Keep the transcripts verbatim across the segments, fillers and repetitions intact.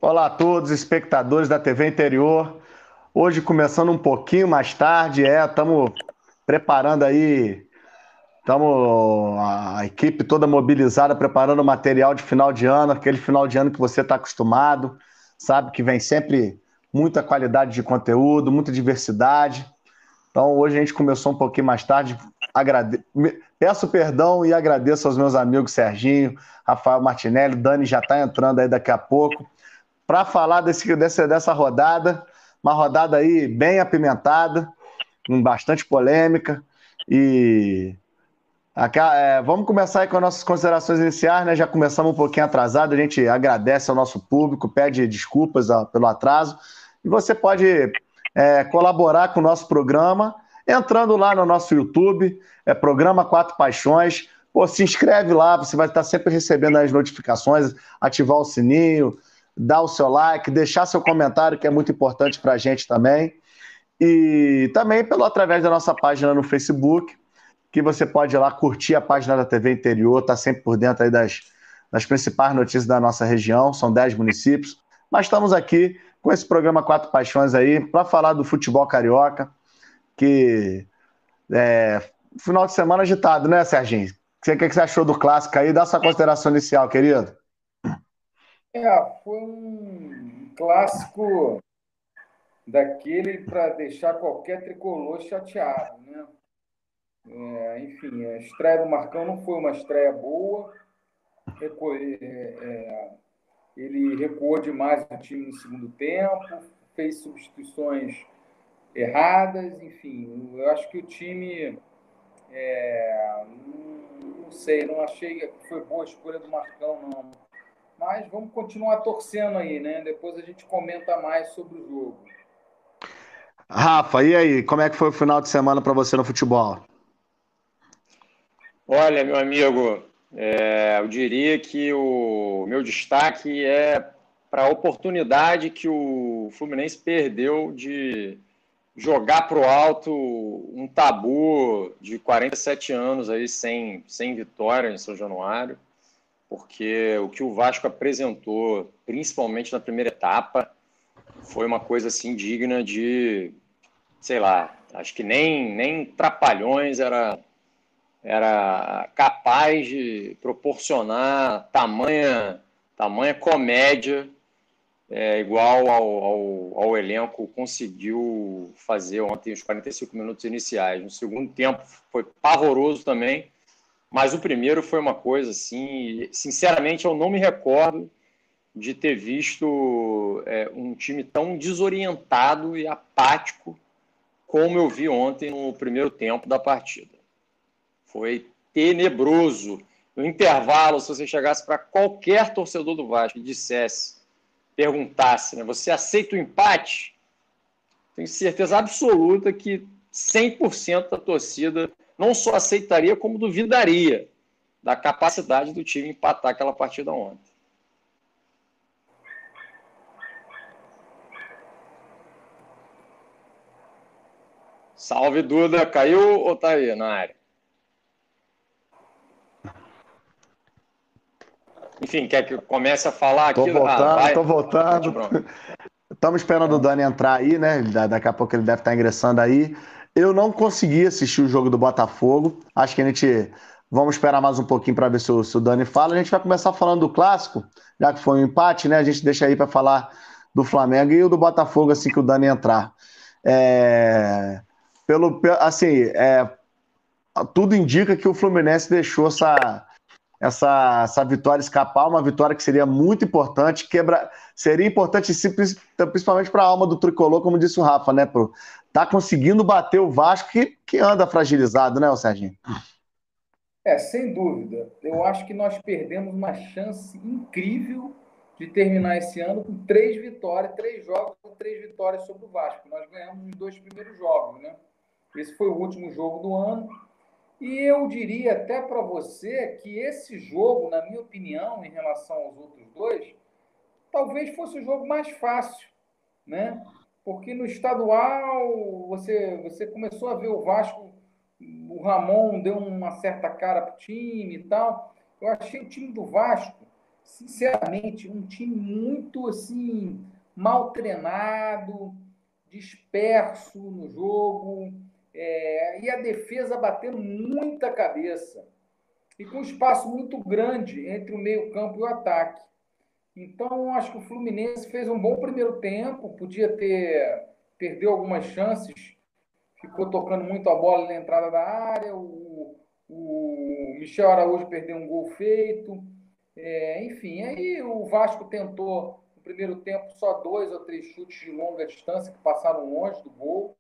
Olá a todos, espectadores da T V Interior. Hoje começando um pouquinho mais tarde, é, estamos preparando aí, estamos a equipe toda mobilizada, preparando o material de final de ano, aquele final de ano que você está acostumado, sabe que vem sempre muita qualidade de conteúdo, muita diversidade. Então hoje a gente começou um pouquinho mais tarde. Agrade... Peço perdão e agradeço aos meus amigos Serginho, Rafael Martinelli, Dani já está entrando aí daqui a pouco para falar desse, desse, dessa rodada, uma rodada aí bem apimentada, com bastante polêmica. E é, vamos começar aí com as nossas considerações iniciais, né? Já começamos um pouquinho atrasado, a gente agradece ao nosso público, pede desculpas pelo atraso. E você pode é, colaborar com o nosso programa entrando lá no nosso YouTube, é Programa Quatro Paixões. Pô, se inscreve lá, você vai estar sempre recebendo as notificações, ativar o sininho, dar o seu like, deixar seu comentário, que é muito importante para a gente também. E também pelo através da nossa página no Facebook, que você pode ir lá curtir a página da T V Interior, tá sempre por dentro aí das, das principais notícias da nossa região, são dez municípios. Mas estamos aqui com esse programa Quatro Paixões aí, para falar do futebol carioca, que é final de semana agitado, né, Serginho? O que você achou do clássico aí? Dá sua consideração inicial, querido. É, foi um clássico daquele para deixar qualquer tricolor chateado, né? É, enfim, a estreia do Marcão não foi uma estreia boa. Recu... é, é, ele recuou demais o time no segundo tempo, fez substituições erradas, enfim. Eu acho que o time, é, não, não sei, não achei que foi boa a escolha do Marcão, não. Mas vamos continuar torcendo aí, né? Depois a gente comenta mais sobre o jogo. Rafa, e aí? Como é que foi o final de semana para você no futebol? Olha, meu amigo, é, eu diria que o meu destaque é para a oportunidade que o Fluminense perdeu de jogar para o alto um tabu de quarenta e sete anos aí sem, sem vitória em São Januário, porque o que o Vasco apresentou, principalmente na primeira etapa, foi uma coisa assim digna de, sei lá, acho que nem, nem Trapalhões era, era capaz de proporcionar tamanha, tamanha comédia é, igual ao, ao, ao elenco conseguiu fazer ontem os quarenta e cinco minutos iniciais. No segundo tempo foi pavoroso também, mas o primeiro foi uma coisa assim, sinceramente eu não me recordo de ter visto é, um time tão desorientado e apático como eu vi ontem no primeiro tempo da partida. Foi tenebroso. No intervalo, se você chegasse para qualquer torcedor do Vasco e dissesse, perguntasse, né, você aceita o empate? Tenho certeza absoluta que cem por cento da torcida não só aceitaria, como duvidaria da capacidade do time empatar aquela partida ontem. Salve, Duda. Caiu ou tá aí na área? Enfim, quer que eu comece a falar Tô aqui? voltando, Ah, vai. tô voltando. Estamos esperando o Dani entrar aí, né? Daqui a pouco ele deve estar ingressando aí. Eu não consegui assistir o jogo do Botafogo. Acho que a gente. Vamos esperar mais um pouquinho para ver se o, se o Dani fala. A gente vai começar falando do clássico, já que foi um empate, né? A gente deixa aí para falar do Flamengo e o do Botafogo assim que o Dani entrar. É, pelo, assim, é, tudo indica que o Fluminense deixou essa, essa, essa vitória escapar, uma vitória que seria muito importante, quebra, seria importante principalmente para a alma do tricolor, como disse o Rafa, né? Pro, tá conseguindo bater o Vasco que, que anda fragilizado, né, o Serginho? É, sem dúvida. Eu acho que nós perdemos uma chance incrível de terminar esse ano com três vitórias, três jogos com três vitórias sobre o Vasco. Nós ganhamos os dois primeiros jogos, né? Esse foi o último jogo do ano. E eu diria até para você que esse jogo, na minha opinião, em relação aos outros dois, talvez fosse o jogo mais fácil, né? Porque no estadual você, você começou a ver o Vasco, o Ramon deu uma certa cara para o time e tal. Eu achei o time do Vasco sinceramente, um time muito assim, mal treinado, disperso no jogo, é, e a defesa batendo muita cabeça. E com um espaço muito grande entre o meio-campo e o ataque. Então, acho que o Fluminense fez um bom primeiro tempo, podia ter perdeu algumas chances, ficou tocando muito a bola na entrada da área, o, o Michel Araújo perdeu um gol feito, é, enfim, aí o Vasco tentou no primeiro tempo só dois ou três chutes de longa distância que passaram longe do gol,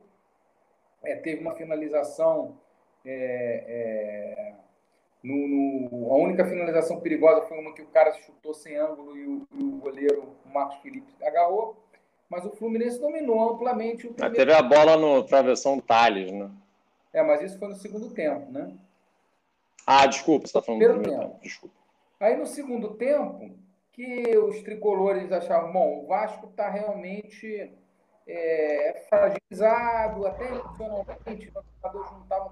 é, teve uma finalização é, é, no, no, a única finalização perigosa foi uma que o cara chutou sem ângulo e o, e o goleiro o Marcos Felipe agarrou. Mas o Fluminense dominou amplamente o primeiro... Teve a bola no travessão Thales, né? É, mas isso foi no segundo tempo, né? Ah, desculpa, você está falando primeiro do primeiro tempo. tempo. Desculpa. Aí no segundo tempo, que os tricolores achavam, bom, o Vasco está realmente é, fragilizado, até emocionalmente, os jogadores não estavam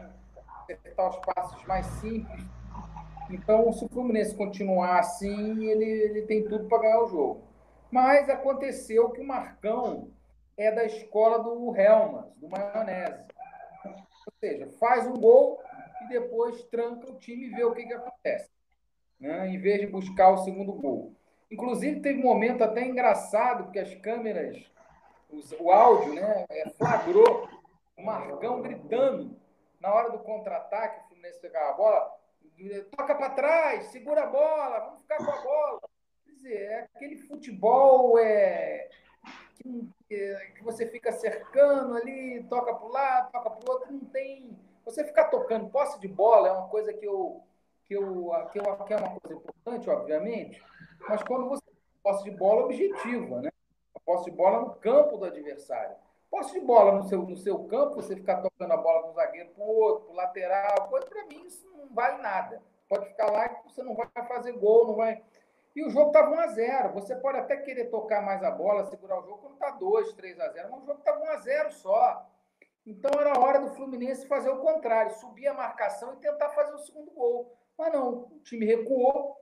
acertar os passos mais simples. Então, se o Fluminense continuar assim, ele, ele tem tudo para ganhar o jogo. Mas aconteceu que o Marcão é da escola do Helmas, do Maionese. Ou seja, faz um gol e depois tranca o time e vê o que, que acontece, né? Em vez de buscar o segundo gol. Inclusive, teve um momento até engraçado, porque as câmeras, os, o áudio, né, flagrou o Marcão gritando na hora do contra-ataque, o Fluminense pegava a bola, toca para trás, segura a bola, vamos ficar com a bola. Quer dizer, é aquele futebol é, que, que você fica cercando ali, toca para um lado, toca para o outro, não tem... Você ficar tocando posse de bola é uma coisa que eu, que eu, que eu que é uma coisa importante, obviamente, mas quando você tem posse de bola objetiva, né? A posse de bola no campo do adversário. Posse de bola no seu, no seu campo, você ficar tocando a bola do zagueiro para o outro, para o lateral, coisa, para mim isso não vale nada. Pode ficar lá que você não vai fazer gol, não vai... E o jogo estava um a zero. Você pode até querer tocar mais a bola, segurar o jogo quando está dois, três a zero, mas o jogo estava um a zero só. Então era hora do Fluminense fazer o contrário, subir a marcação e tentar fazer o segundo gol. Mas não, o time recuou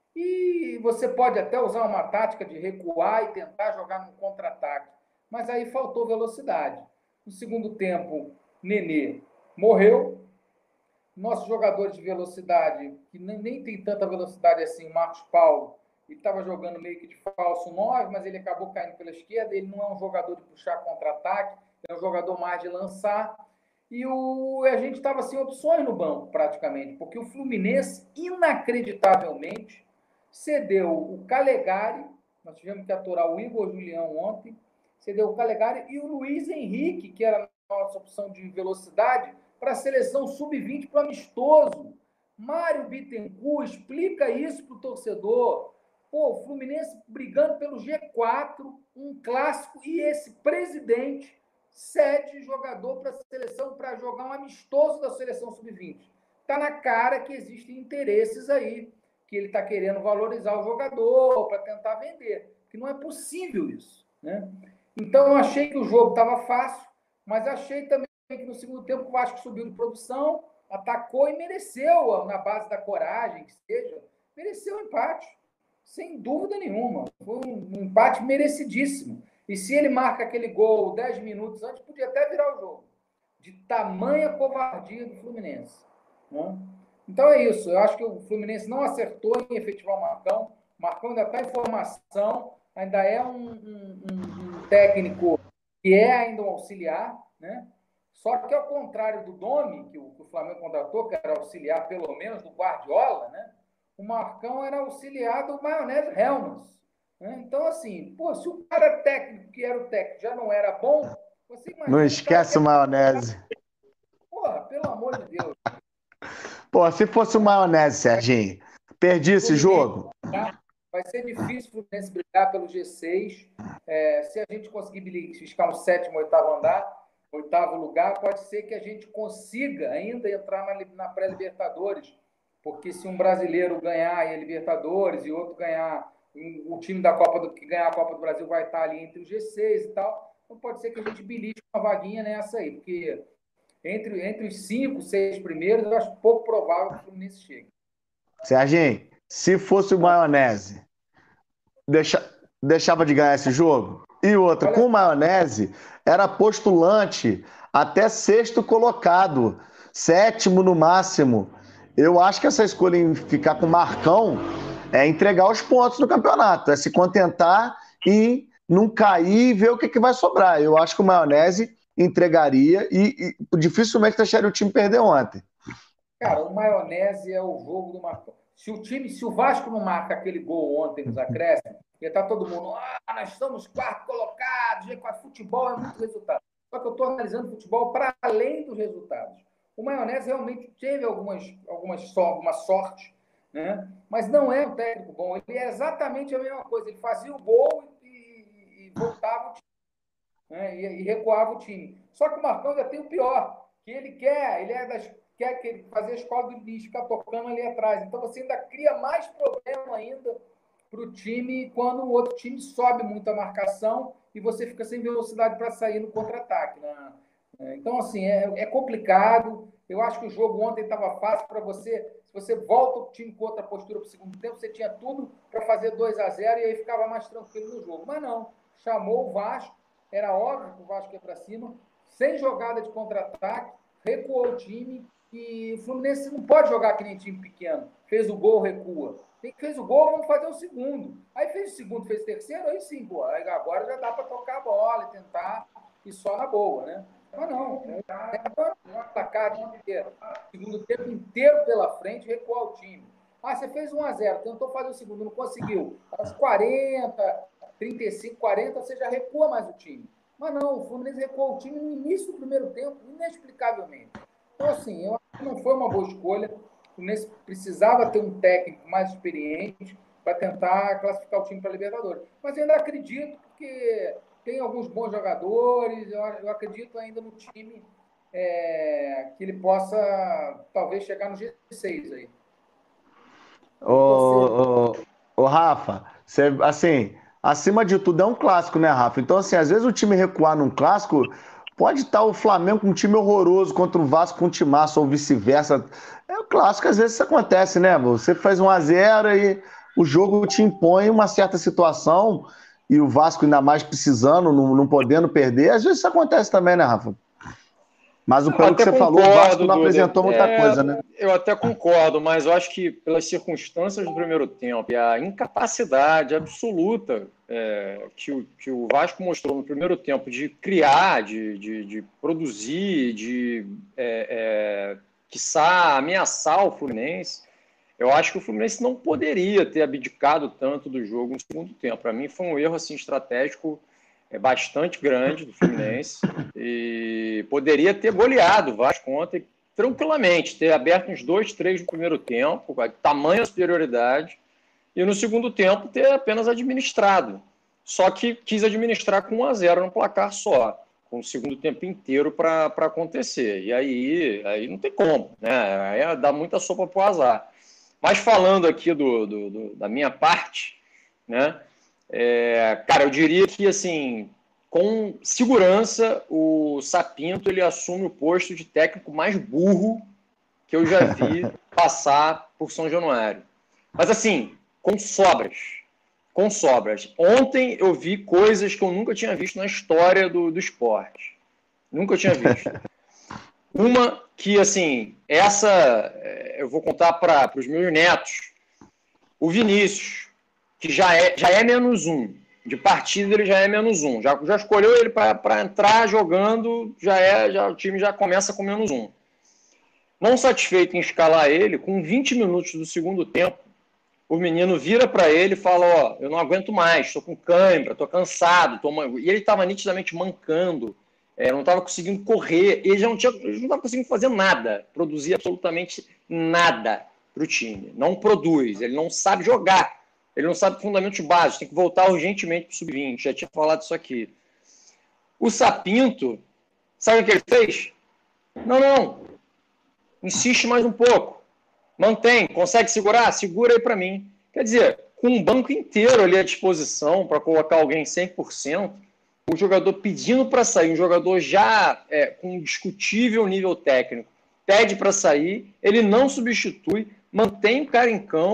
e você pode até usar uma tática de recuar e tentar jogar no contra-ataque. Mas aí faltou velocidade. No segundo tempo, Nenê morreu. Nossos jogadores de velocidade, que nem tem tanta velocidade assim, o Marcos Paulo, ele estava jogando meio que de falso nove, mas ele acabou caindo pela esquerda. Ele não é um jogador de puxar contra-ataque, é um jogador mais de lançar. E o, a gente estava sem opções no banco, praticamente, porque o Fluminense, inacreditavelmente, cedeu o Calegari, nós tivemos que aturar o Igor Julião ontem, cedeu o Calegari e o Luiz Henrique, que era a nossa opção de velocidade, para a seleção sub vinte para o amistoso. Mário Bittencourt, explica isso para o torcedor. Pô, o Fluminense brigando pelo G quatro, um clássico, e esse presidente cede jogador para a seleção para jogar um amistoso da seleção sub vinte. Está na cara que existem interesses aí, que ele está querendo valorizar o jogador para tentar vender. Que não é possível isso, né? Então, eu achei que o jogo estava fácil, mas achei também que no segundo tempo o Vasco subiu de produção, atacou e mereceu, na base da coragem, que seja, mereceu o empate, sem dúvida nenhuma. Foi um empate merecidíssimo. E se ele marca aquele gol dez minutos antes, podia até virar o jogo. De tamanha covardia do Fluminense, né? Então é isso. Eu acho que o Fluminense não acertou em efetivar o Marcão. O Marcão ainda está em formação, ainda é um, um, um técnico que é ainda um auxiliar, né? Só que ao contrário do Domi, que o, que o Flamengo contratou, que era auxiliar pelo menos do Guardiola, né? O Marcão era auxiliar do Maionese Helmans, né? Então, assim, pô, se o cara técnico, que era o técnico, já não era bom, você imagina... Não esquece o Maionese. Porra, pelo amor de Deus. Pô, se fosse o Maionese, Serginho, perdi esse jogo. Vai ser difícil o Fluminense brigar pelo G seis. É, se a gente conseguir ficar no sétimo, oitavo andar, oitavo lugar, pode ser que a gente consiga ainda entrar na, na pré-Libertadores, porque se um brasileiro ganhar a Libertadores e outro ganhar, um, o time da Copa do, que ganhar a Copa do Brasil vai estar ali entre o G seis e tal, então pode ser que a gente belisque uma vaguinha nessa aí, porque entre, entre os cinco, seis primeiros, eu acho pouco provável que o Fluminense chegue. Serginho, se fosse o Maionese, deixa, deixava de ganhar esse jogo? E outra, Olha, com o Maionese, era postulante até sexto colocado, sétimo no máximo. Eu acho que essa escolha em ficar com o Marcão é entregar os pontos no campeonato, é se contentar e não cair e ver o que, que vai sobrar. Eu acho que o Maionese entregaria e, e dificilmente deixaria o time perder ontem. cara, o Maionese é o jogo do Marcão. Se o time, se o Vasco não marca aquele gol ontem nos acréscimos, ia estar todo mundo, ah, nós estamos quarto colocados, futebol é muito resultado. Só que eu estou analisando futebol para além dos resultados. O Maionese realmente teve algumas, algumas, alguma sorte, né? Mas não é um técnico bom. Ele é exatamente a mesma coisa. Ele fazia o gol e, e, e voltava o time, né? e, e recuava o time. Só que o Marcão ainda tem o pior, que ele quer, ele é das, quer que ele fazer a escola do lixo, ficar tocando ali atrás. Então você ainda cria mais problema ainda para o time quando o outro time sobe muito a marcação e você fica sem velocidade para sair no contra-ataque, né? Então, assim, é, é complicado. Eu acho que o jogo ontem estava fácil para você. Se você volta o time com outra postura para o segundo tempo, você tinha tudo para fazer dois a zero e aí ficava mais tranquilo no jogo. Mas não, chamou o Vasco, era óbvio que o Vasco ia para cima, sem jogada de contra-ataque, recuou o time e o Fluminense não pode jogar que nem time pequeno. Fez o gol, recua. Tem que fez o gol, vamos fazer o segundo. Aí fez o segundo, fez o terceiro, aí sim, pô, aí agora já dá para tocar a bola e tentar ir só na boa, né? Mas não, é um placar inteiro. Segundo tempo inteiro pela frente, recuar o time. Ah, você fez um a zero, tentou fazer o segundo, não conseguiu. Aos quarenta, trinta e cinco, quarenta, você já recua mais o time. Mas não, o Fluminense recuou o time no início do primeiro tempo, inexplicavelmente. Então, assim, eu acho que não foi uma boa escolha. O Fluminense precisava ter um técnico mais experiente para tentar classificar o time para a Libertadores. Mas eu ainda acredito que tem alguns bons jogadores, eu, eu acredito ainda no time é, que ele possa talvez chegar no G seis aí. Ô, ô, ô, Rafa, você, assim, acima de tudo é um clássico, né, Rafa? Então, assim, às vezes o time recuar num clássico, pode estar o Flamengo com um time horroroso contra o Vasco com um timaço ou vice-versa. É o clássico, às vezes isso acontece, né? Você faz um a zero e o jogo te impõe uma certa situação e o Vasco ainda mais precisando, não, não podendo perder. Às vezes isso acontece também, né, Rafa? Mas Eu pelo que até você falou, o Vasco concordo, não Duda. apresentou muita É, coisa, né? eu até concordo, mas eu acho que pelas circunstâncias do primeiro tempo e a incapacidade absoluta é, que, o, que o Vasco mostrou no primeiro tempo de criar, de, de, de produzir, de, é, é, quiçá, ameaçar o Fluminense, eu acho que o Fluminense não poderia ter abdicado tanto do jogo no segundo tempo. Para mim foi um erro assim, estratégico é bastante grande do Fluminense e poderia ter goleado o Vasco ontem tranquilamente, ter aberto uns dois, três no primeiro tempo, com tamanha superioridade, e no segundo tempo ter apenas administrado. Só que quis administrar com um a zero no placar só, com o segundo tempo inteiro para acontecer. E aí, aí não tem como, né? Aí dá muita sopa para o azar. Mas falando aqui do, do, do, da minha parte, né? É, cara, eu diria que, assim, com segurança, o Sapinto ele assume o posto de técnico mais burro que eu já vi passar por São Januário. Mas, assim, com sobras. Com sobras. Ontem eu vi coisas que eu nunca tinha visto na história do, do esporte. Nunca tinha visto. Uma que, assim, essa eu vou contar para os meus netos. O Vinícius, que já é, já é menos um. De partida ele já é menos um. Já, já escolheu ele para entrar jogando, já é, já, o time já começa com menos um. Não satisfeito em escalar ele, com vinte minutos do segundo tempo, o menino vira para ele e fala, ó, eu não aguento mais, estou com cãibra, estou cansado. Tô... E ele estava nitidamente mancando, é, não estava conseguindo correr, ele já não tinha, ele não estava conseguindo fazer nada, produzir absolutamente nada para o time. Não produz, ele não sabe jogar. Ele não sabe fundamentos básicos, tem que voltar urgentemente para o sub vinte, já tinha falado isso aqui. O Sapinto, sabe o que ele fez? Não, não, insiste mais um pouco, mantém, consegue segurar? Segura aí para mim. Quer dizer, com um banco inteiro ali à disposição para colocar alguém cem por cento, o jogador pedindo para sair, um jogador já é, com um discutível nível técnico, pede para sair, ele não substitui, mantém o cara em campo,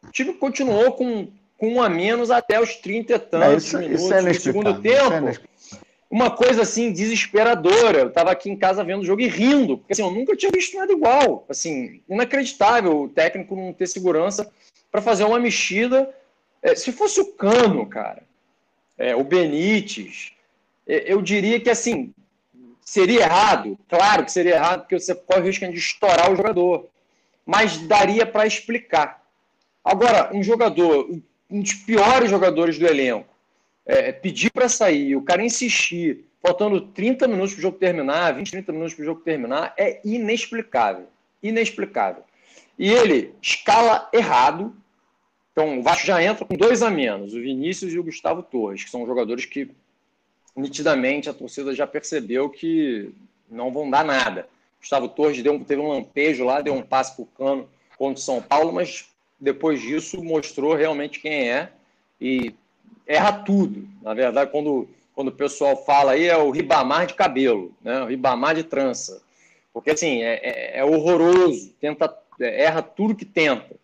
O time continuou com, com um a menos até os trinta e tantos é, isso, minutos isso é do segundo tempo. É uma coisa assim desesperadora. Eu estava aqui em casa vendo o jogo e rindo, porque assim, eu nunca tinha visto nada igual. Assim, inacreditável o técnico não ter segurança para fazer uma mexida. É, se fosse o Cano, cara, é, o Benítez, é, eu diria que assim seria errado. Claro que seria errado, porque você corre o risco de estourar o jogador. Mas daria para explicar. Agora, um jogador, um dos piores jogadores do elenco, é, pedir para sair, o cara insistir, faltando trinta minutos para o jogo terminar, vinte, trinta minutos para o jogo terminar, é inexplicável. Inexplicável. E ele escala errado. Então, o Vasco já entra com dois a menos, o Vinícius e o Gustavo Torres, que são jogadores que, nitidamente, a torcida já percebeu que não vão dar nada. Gustavo Torres deu, teve um lampejo lá, deu um passe para o Cano contra o São Paulo, mas depois disso mostrou realmente quem é e erra tudo. Na verdade, quando, quando o pessoal fala aí, é o Ribamar de cabelo, né? O Ribamar de trança. Porque, assim, é, é, é horroroso, tenta, erra tudo que tenta.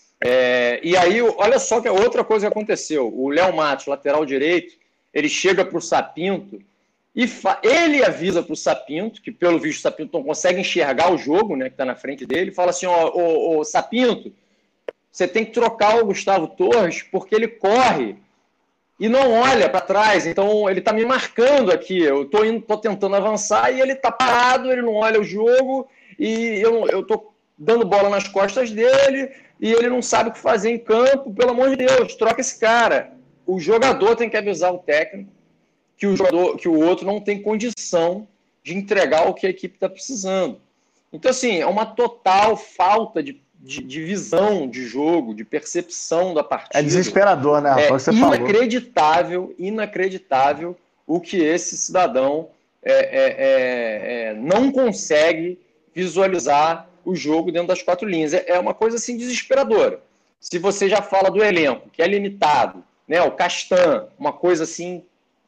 É, e aí, olha só que é outra coisa que aconteceu. O Léo Matos, lateral direito, ele chega para o Sapinto e fa... ele avisa para o Sapinto, que pelo visto o Sapinto não consegue enxergar o jogo, né, que está na frente dele, fala assim, ó, ô, ô, Sapinto, você tem que trocar o Gustavo Torres porque ele corre e não olha para trás, então ele está me marcando aqui, eu estou tô tentando avançar e ele está parado, ele não olha o jogo e eu estou dando bola nas costas dele e ele não sabe o que fazer em campo, pelo amor de Deus, troca esse cara. O jogador tem que avisar o técnico que o, jogador, que o outro não tem condição de entregar o que a equipe está precisando. Então, assim, é uma total falta de, de, de visão de jogo, de percepção da partida. É desesperador, né? É você inacreditável, falou. inacreditável o que esse cidadão é, é, é, é, não consegue visualizar o jogo dentro das quatro linhas. É, é uma coisa, assim, desesperadora. Se você já fala do elenco, que é limitado, né? O Castan, uma coisa, assim,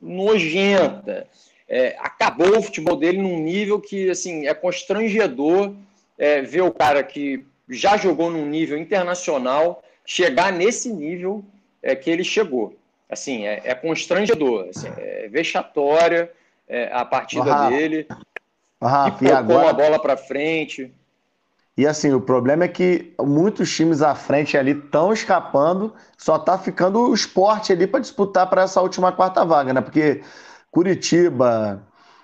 nojenta, é, acabou o futebol dele num nível que assim, é constrangedor é, ver o cara que já jogou num nível internacional chegar nesse nível é, que ele chegou. Assim, é, é constrangedor, assim, é vexatória é, a partida ah, dele, ah, que colocou agora... a bola para frente. E assim, o problema é que muitos times à frente ali estão escapando, só tá ficando o Sport ali para disputar para essa última quarta vaga, né? Porque Curitiba,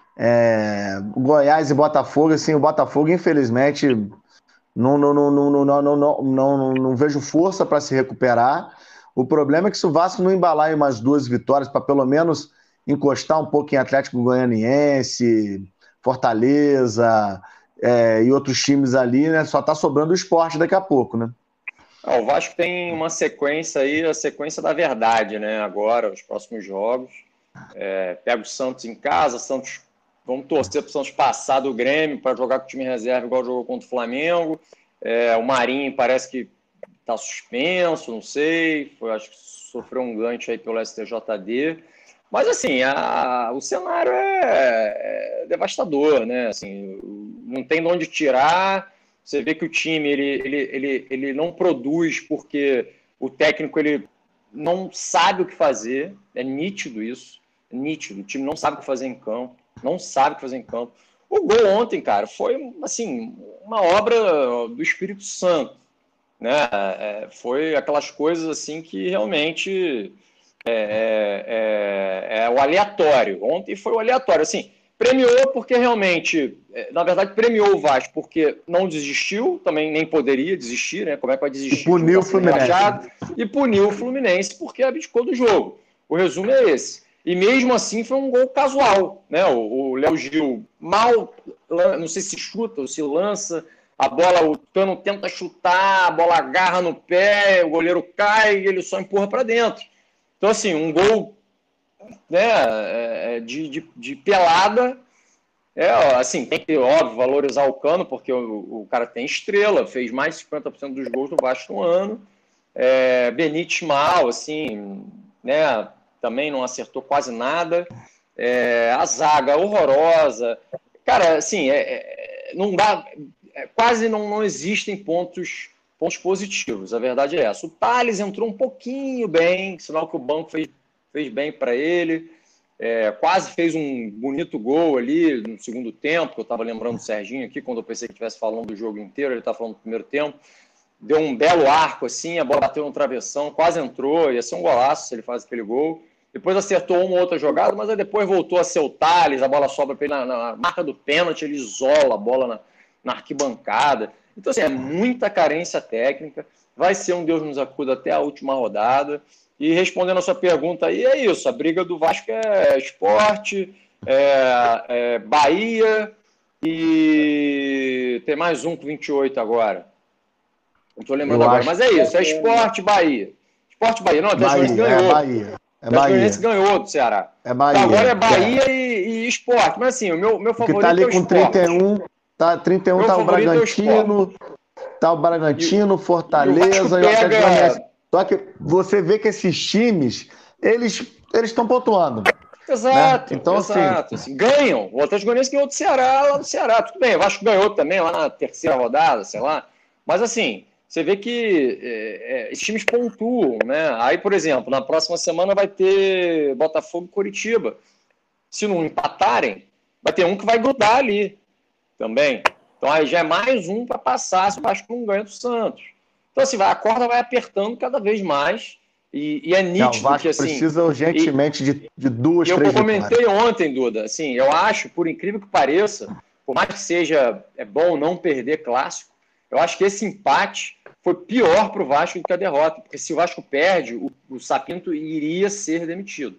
é, Goiás e Botafogo, assim, o Botafogo, infelizmente, não, não, não, não, não, não, não, não, não vejo força para se recuperar. O problema é que se o Vasco não embalar em umas duas vitórias para pelo menos encostar um pouco em Atlético Goianiense, Fortaleza... É, e outros times ali, né? Só tá sobrando o Sport daqui a pouco, né? Ah, o Vasco tem uma sequência aí, a sequência da verdade, né? Agora, os próximos jogos. É, pega o Santos em casa, Santos, vamos torcer para o Santos passar do Grêmio para jogar com o time reserva, igual jogou contra o Flamengo. É, o Marinho parece que está suspenso, não sei. Foi, acho que sofreu um gancho aí pelo S T J D. Mas, assim, a, o cenário é, é devastador, né? Assim, não tem de onde tirar. Você vê que o time ele, ele, ele, ele não produz porque o técnico ele não sabe o que fazer. É nítido isso. É nítido. O time não sabe o que fazer em campo. Não sabe o que fazer em campo. O gol ontem, cara, foi assim, uma obra do Espírito Santo, né? É, foi aquelas coisas assim que realmente... É, é, é, é o aleatório. Ontem foi o aleatório. Assim, premiou porque realmente, na verdade, premiou o Vasco porque não desistiu, também nem poderia desistir, né? Como é que vai desistir? E puniu o Fluminense. E puniu o Fluminense porque abdicou do jogo. O resumo é esse. E mesmo assim foi um gol casual, né? O Léo Gil mal, não sei se chuta ou se lança, a bola, o Cano tenta chutar, a bola agarra no pé, o goleiro cai e ele só empurra para dentro. Então, assim, um gol, né, de, de, de pelada, é, assim, tem que, óbvio, valorizar o Cano, porque o, o cara tem estrela, fez mais de cinquenta por cento dos gols no Vasco no ano. É, Benítez mal, assim, né, também não acertou quase nada. É, a zaga horrorosa. Cara, assim, é, é, não dá, é, quase não, não existem pontos... pontos positivos, a verdade é essa. O Tales entrou um pouquinho bem, sinal que o banco fez, fez bem para ele, é, quase fez um bonito gol ali no segundo tempo, que eu estava lembrando do Serginho aqui, quando eu pensei que estivesse falando do jogo inteiro, ele estava falando do primeiro tempo. Deu um belo arco assim, a bola bateu no travessão, quase entrou, ia ser um golaço se ele faz aquele gol. Depois acertou uma ou outra jogada, mas aí depois voltou a ser o Tales, a bola sobra para ele na, na marca do pênalti, ele isola a bola na, na arquibancada. Então, assim, é muita carência técnica, vai ser um Deus nos acuda até a última rodada. E respondendo a sua pergunta aí, é isso, a briga do Vasco é Sport, é, é Bahia e tem mais um com vinte e oito agora. Não estou lembrando Eu agora, acho mas é isso, é Sport Bahia. Sport Bahia, não, o Atlético Bahia, Goianiense ganhou. é Bahia. É O Atlético Bahia. Goianiense ganhou do Ceará. É Bahia. Então, agora é Bahia e, e Sport. Mas assim, o meu, meu Que favorito tá ali é o com Sport. trinta e um, tá, trinta e um Meu tá o favorito é o Bragantino, tá o Bragantino, E Fortaleza o e o Vasco Atlético pega- Goianiense. Só que você vê que esses times, eles eles estão pontuando. Exato, Né? Então, exato. Assim, ganham. O Atlético Goianiense ganhou do Ceará, lá do Ceará. Tudo bem, o Vasco ganhou também lá na terceira rodada, sei lá. Mas assim, você vê que é, é, esses times pontuam, né? Aí, por exemplo, na próxima semana vai ter Botafogo e Coritiba. Se não empatarem, vai ter um que vai grudar ali também. Então aí já é mais um para passar se o Vasco não ganha do Santos. Então assim, vai, a corda vai apertando cada vez mais e, e é Não, o nítido Vasco que assim... precisa E, urgentemente de, de duas, e eu três vitórias. comentei ontem, Duda, assim, eu acho, por incrível que pareça, por mais que seja é bom não perder clássico, eu acho que esse empate foi pior para o Vasco do que a derrota, porque se o Vasco perde, o, o Sapinto iria ser demitido.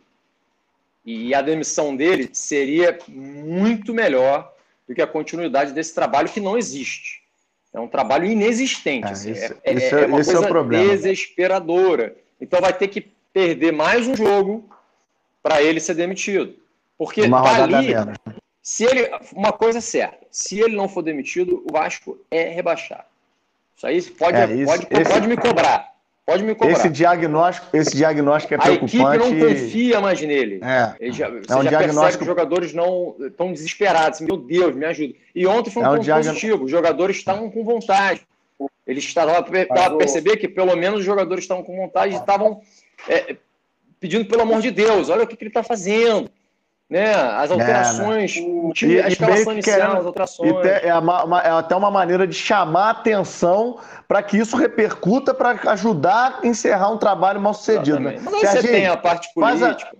E a demissão dele seria muito melhor do que a continuidade desse trabalho que não existe. É um trabalho inexistente. É, assim, isso- é, isso é, é- é uma esse é o coisa problema. desesperadora. Então vai ter que perder mais um jogo para ele ser demitido. Porque Uma rodada dali, menos. se ele, uma coisa é certa, se ele não for demitido, o Vasco é rebaixado. Isso aí pode, É, isso- pode, esse- pode me cobrar. Pode me cobrar. Esse diagnóstico, esse diagnóstico é A equipe preocupante. não confia mais nele. É. Ele já, você É um já percebe diagnóstico- que os jogadores não estão desesperados. Meu Deus, me ajuda. E ontem foi um É um ponto diagn- positivo. Os jogadores estavam com vontade. Eles estavam a o- perceber que pelo menos os jogadores estavam com vontade e estavam é, pedindo pelo amor de Deus, olha o que, que ele está fazendo. Né? As alterações, o time, E- a e escalação meio que inicial, querendo- as alterações. e te- é, uma- uma- é até uma maneira de chamar a atenção para que isso repercuta para ajudar a encerrar um trabalho mal sucedido. Né? Exatamente. Mas aí você Serginho, tem a parte faz a- política.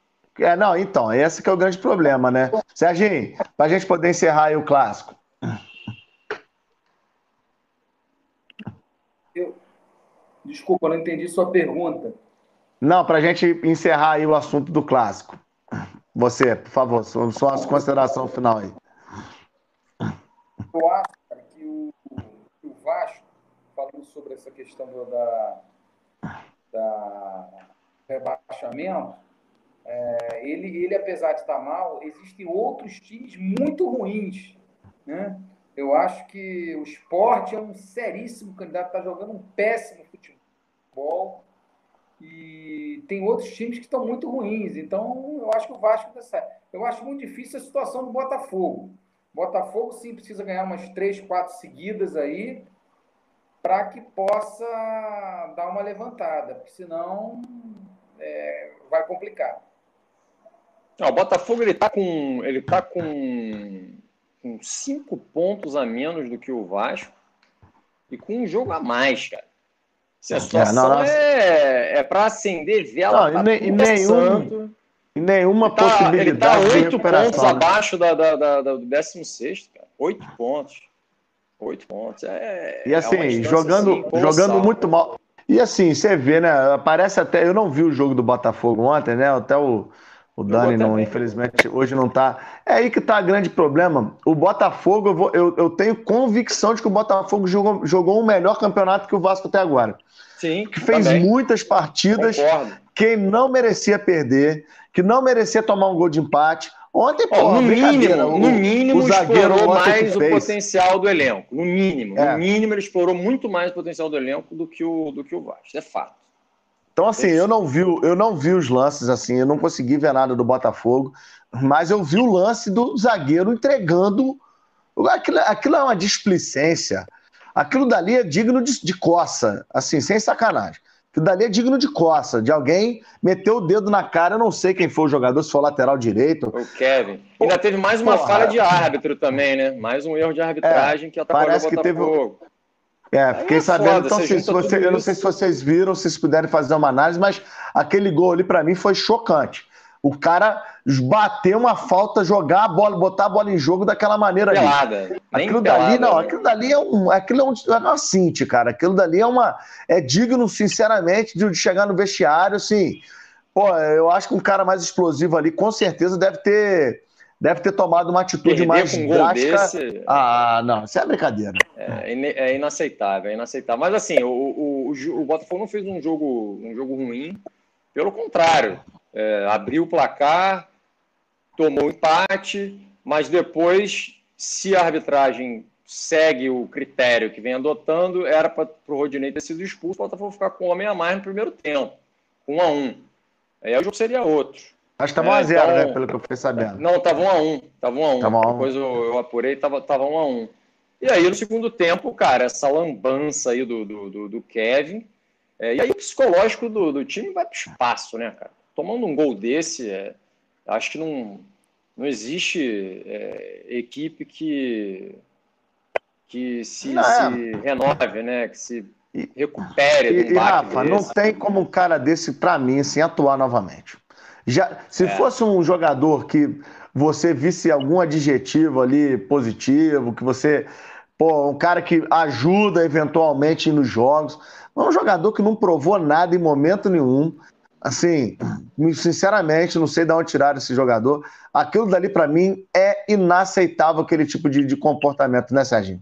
É, não, então, esse que é o grande problema, né? Serginho, para a gente poder encerrar aí o clássico. Eu- Desculpa, eu não entendi sua pergunta. Não, para a gente encerrar aí o assunto do clássico. Você, por favor, sua, sua consideração final aí. Eu acho, cara, que o, que o Vasco, falando sobre essa questão do, da, da rebaixamento, é, ele, ele, apesar de estar mal, existem outros times muito ruins, né? Eu acho que o Sport é um seríssimo candidato, está jogando um péssimo futebol e tem outros times que estão muito ruins. Então, eu acho que o Vasco está certo. Eu acho muito difícil a situação do Botafogo. Botafogo, sim, precisa ganhar umas três, quatro seguidas aí para que possa dar uma levantada, porque senão é, vai complicar. Não, o Botafogo ele está com, ele tá com, com cinco pontos a menos do que o Vasco e com um jogo a mais, cara. Assim, a situação não, não. é, é para acender vela Não, para e ne- e tudo é nenhum- santo. E nenhuma Ele tá, ele possibilidade tá de oito recuperação. pontos né? abaixo da, da, da- da- do décimo sexto, cara. Oito pontos. Oito pontos. É, E assim, é uma distância, jogando, assim, colossal. jogando muito mal. E assim, você vê, né? Parece até. Eu não vi o jogo do Botafogo ontem, né? Até o, o Dani, não, também. infelizmente, hoje não tá. É aí que tá o grande problema. O Botafogo, eu, vou- eu, eu tenho convicção de que o Botafogo jogou, jogou um melhor campeonato que o Vasco até agora. Sim, Que fez também. muitas partidas Concordo. que não merecia perder, que não merecia tomar um gol de empate. Ontem, Ó, pô, no brincadeira. mínimo, o, no mínimo o zagueiro explorou ontem mais que o fez. potencial do elenco. No mínimo. É. No mínimo, ele explorou muito mais o potencial do elenco do que o, do que o Vasco. Isso é fato. Então, assim, eu não, vi, o- eu não vi os lances, assim, eu não consegui ver nada do Botafogo, mas eu vi o lance do zagueiro entregando. Aquilo, aquilo é uma displicência. aquilo dali é digno de, de coça, assim, sem sacanagem. Aquilo dali é digno de coça, de alguém meter o dedo na cara, eu não sei quem foi o jogador, se foi o lateral direito. O Kevin. Ainda teve mais uma Porra. falha de árbitro também, né? Mais um erro de arbitragem É, que atrapalhou o parece que teve. Botafogo. É, fiquei é sabendo. foda, Então, você assim, junta se você, tudo eu não sei isso. se vocês viram, se vocês puderem fazer uma análise, mas aquele gol ali, pra mim, foi chocante. O cara bater uma falta, jogar a bola, botar a bola em jogo daquela maneira ali. Pelada, nem Aquilo pelada. dali, não, aquilo dali é um. Aquilo é um, é uma cinte, cara. Aquilo dali é uma. É digno, sinceramente, de chegar no vestiário, assim. Pô, eu acho que um cara mais explosivo ali, com certeza, deve ter. Deve ter tomado uma atitude Perder mais com um gol drástica. desse. Ah, não, isso é brincadeira. É, ine- é inaceitável, é inaceitável. Mas assim, o, o, o, o Botafogo não fez um jogo, um jogo ruim, pelo contrário. É, abriu o placar, tomou o empate, mas depois, se a arbitragem segue o critério que vem adotando, era para o Rodinei ter sido expulso, o Botafogo ficar com um homem a mais no primeiro tempo, um a um. Aí o jogo seria outro. Acho que tá É, um a zero, então, né? Pelo que eu fiquei sabendo. Não, tava um a um. Tava um a um. Tá bom. Depois eu, eu apurei, tava, tava um a um. E aí, no segundo tempo, cara, essa lambança aí do, do, do, do Kevin. É, e aí o psicológico do, do time vai pro espaço, né, cara? Tomando um gol desse, é, acho que não, não existe é, equipe que, que se, Não, é. se renove, né? Que se recupere E, de um e baque Rafa, desse. não tem como um cara desse, pra mim, assim, atuar novamente. Já, se É. fosse um jogador que você visse algum adjetivo ali positivo, que você, pô, um cara que ajuda eventualmente nos jogos, não é um jogador que não provou nada em momento nenhum. Assim, sinceramente, não sei de onde tiraram esse jogador. Aquilo dali, pra mim, é inaceitável, aquele tipo de, de comportamento, né, Serginho?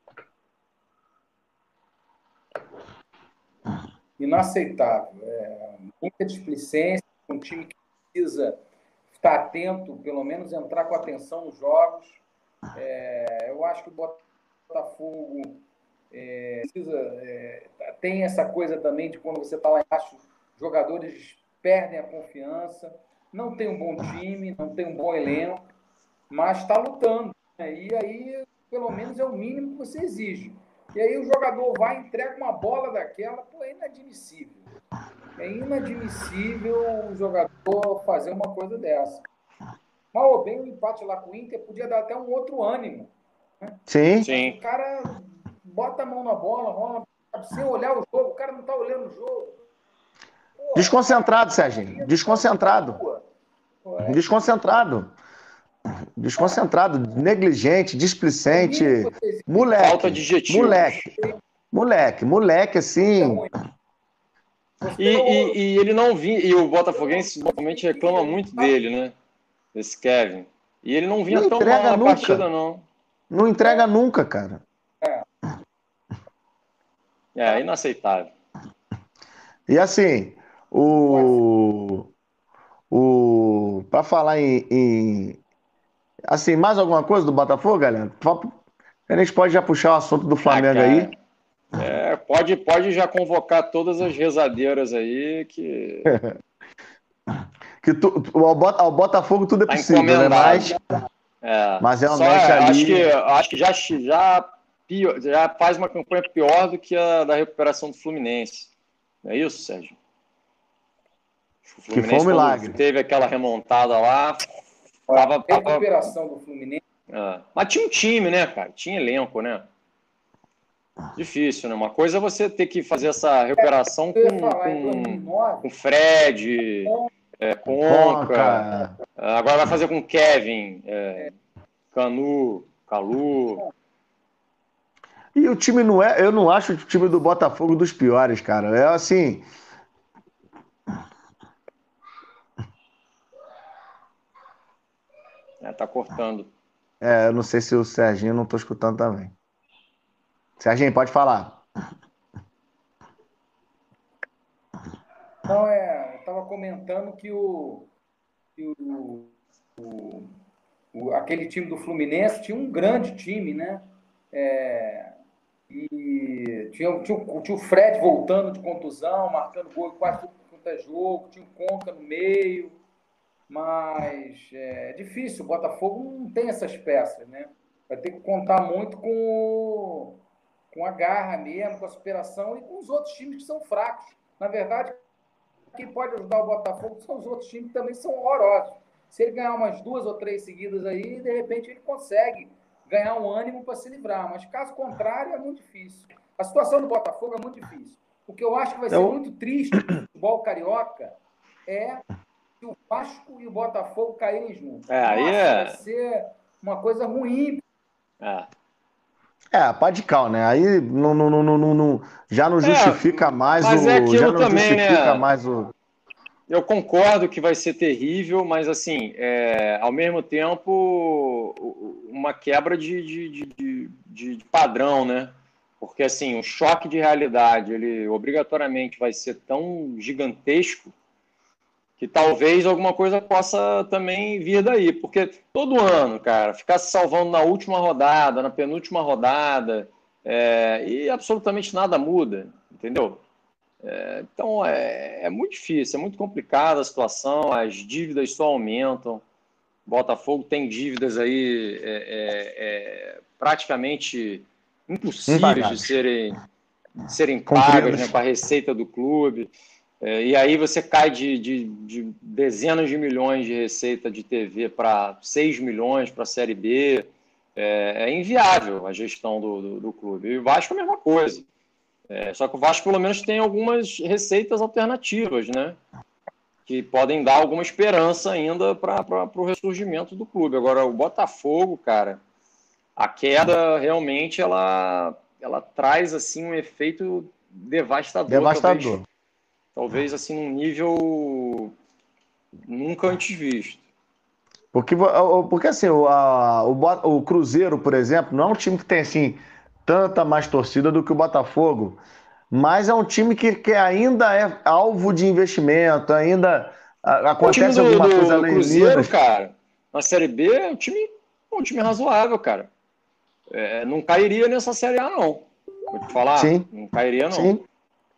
Inaceitável. É, muita displicência, um time que precisa estar atento, pelo menos entrar com atenção nos jogos. É, eu acho que o Botafogo é, precisa, é, tem essa coisa também de quando você está lá embaixo, jogadores perdem a confiança, não tem um bom time, não tem um bom elenco, mas está lutando. Né? E aí, pelo menos, é o mínimo que você exige. E aí o jogador vai e entrega uma bola daquela, pô, é inadmissível. É inadmissível o jogador fazer uma coisa dessa. Mal ou bem, o empate lá com o Inter podia dar até um outro ânimo. Né? Sim. Sim. Mas o cara bota a mão na bola, rola, sem olhar o jogo, o cara não está olhando o jogo. Pô, Desconcentrado, Serginho. Desconcentrado. Pô, é... Desconcentrado. Desconcentrado, negligente, displicente. Moleque. Falta de adjetivos. Moleque. Moleque, moleque, assim. E, e, e ele não vinha, e o Botafoguense normalmente reclama muito dele, né? Esse Kevin. E ele não vinha Não tão entrega mal na nunca. partida, não. Não entrega nunca, cara. É, inaceitável. E assim, o. o para falar em, em. Assim, mais alguma coisa do Botafogo, galera? A gente pode já puxar o assunto do Flamengo Ah, aí. É, pode, pode já convocar todas as rezadeiras aí que. que tu, ao Botafogo tudo é Tá possível, né? encomendado. Mas, É, mas só, realmente ali. acho que, acho que já, já, pior, já faz uma campanha pior do que a da recuperação do Fluminense. Não é isso, Sérgio? O Fluminense, que foi um milagre. Teve aquela remontada lá. Tava, a recuperação tava... do Fluminense. É. Mas tinha um time, né, cara? Tinha elenco, né? Difícil, né? Uma coisa é você ter que fazer essa recuperação é, com, com, com Fred, é, Conca. Conca. Agora vai fazer com Kevin, é, Canu, Calu. E o time não é. Eu não acho o time do Botafogo dos piores, cara. É assim. É, tá cortando. É, eu não sei se o Serginho não tô escutando também. Serginho, pode falar. Não, é. Eu estava comentando que o. Que o, o, o aquele time do Fluminense tinha um grande time, né? É, e tinha, tinha, tinha o Fred voltando de contusão, marcando gol quase tudo quanto é jogo, tinha o Conca no meio, mas é difícil, o Botafogo não tem essas peças, né? Vai ter que contar muito com, com a garra mesmo, com a superação, e com os outros times que são fracos. Na verdade, quem pode ajudar o Botafogo são os outros times que também são horrorosos. Se ele ganhar umas duas ou três seguidas aí, de repente ele consegue ganhar um ânimo para se livrar. Mas caso contrário, é muito difícil. A situação do Botafogo é muito difícil. O que eu acho que vai ser eu... muito triste no futebol carioca é que o Vasco e o Botafogo caírem juntos. É, aí é... Vai ser uma coisa ruim. É. É, pá de cal, né? Aí não, não, não, não, não, já não justifica é, mais mas o. É aquilo já não também, justifica né? mais o. Eu concordo que vai ser terrível, mas assim, é, ao mesmo tempo, uma quebra de, de, de, de, de padrão, né? Porque assim, o choque de realidade, ele obrigatoriamente vai ser tão gigantesco que talvez alguma coisa possa também vir daí. Porque todo ano, cara, ficar se salvando na última rodada, na penúltima rodada, é, e absolutamente nada muda, entendeu? É, então, é, é muito difícil, é muito complicada a situação, as dívidas só aumentam. O Botafogo tem dívidas aí é, é, é, praticamente impossíveis de serem, de serem pagas, né, com a receita do clube. É, e aí você cai de, de, de dezenas de milhões de receita de T V para seis milhões para a Série B. É, é inviável a gestão do, do, do clube. E o Vasco é a mesma coisa. É, só que o Vasco, pelo menos, tem algumas receitas alternativas, né? Que podem dar alguma esperança ainda para o ressurgimento do clube. Agora, o Botafogo, cara, a queda realmente ela, ela traz assim um efeito devastador. Devastador. Talvez, talvez assim, num nível nunca antes visto. Porque, porque assim, o, a, o, o Cruzeiro, por exemplo, não é um time que tem assim tanta mais torcida do que o Botafogo, mas é um time que, que ainda é alvo de investimento, ainda acontece do, alguma do, coisa do ali Cruzeiro, em Minas. Cara, na Série B é um time, um time razoável, cara. É, não cairia nessa Série A, não. Vou te falar, Sim. não cairia, não. Sim.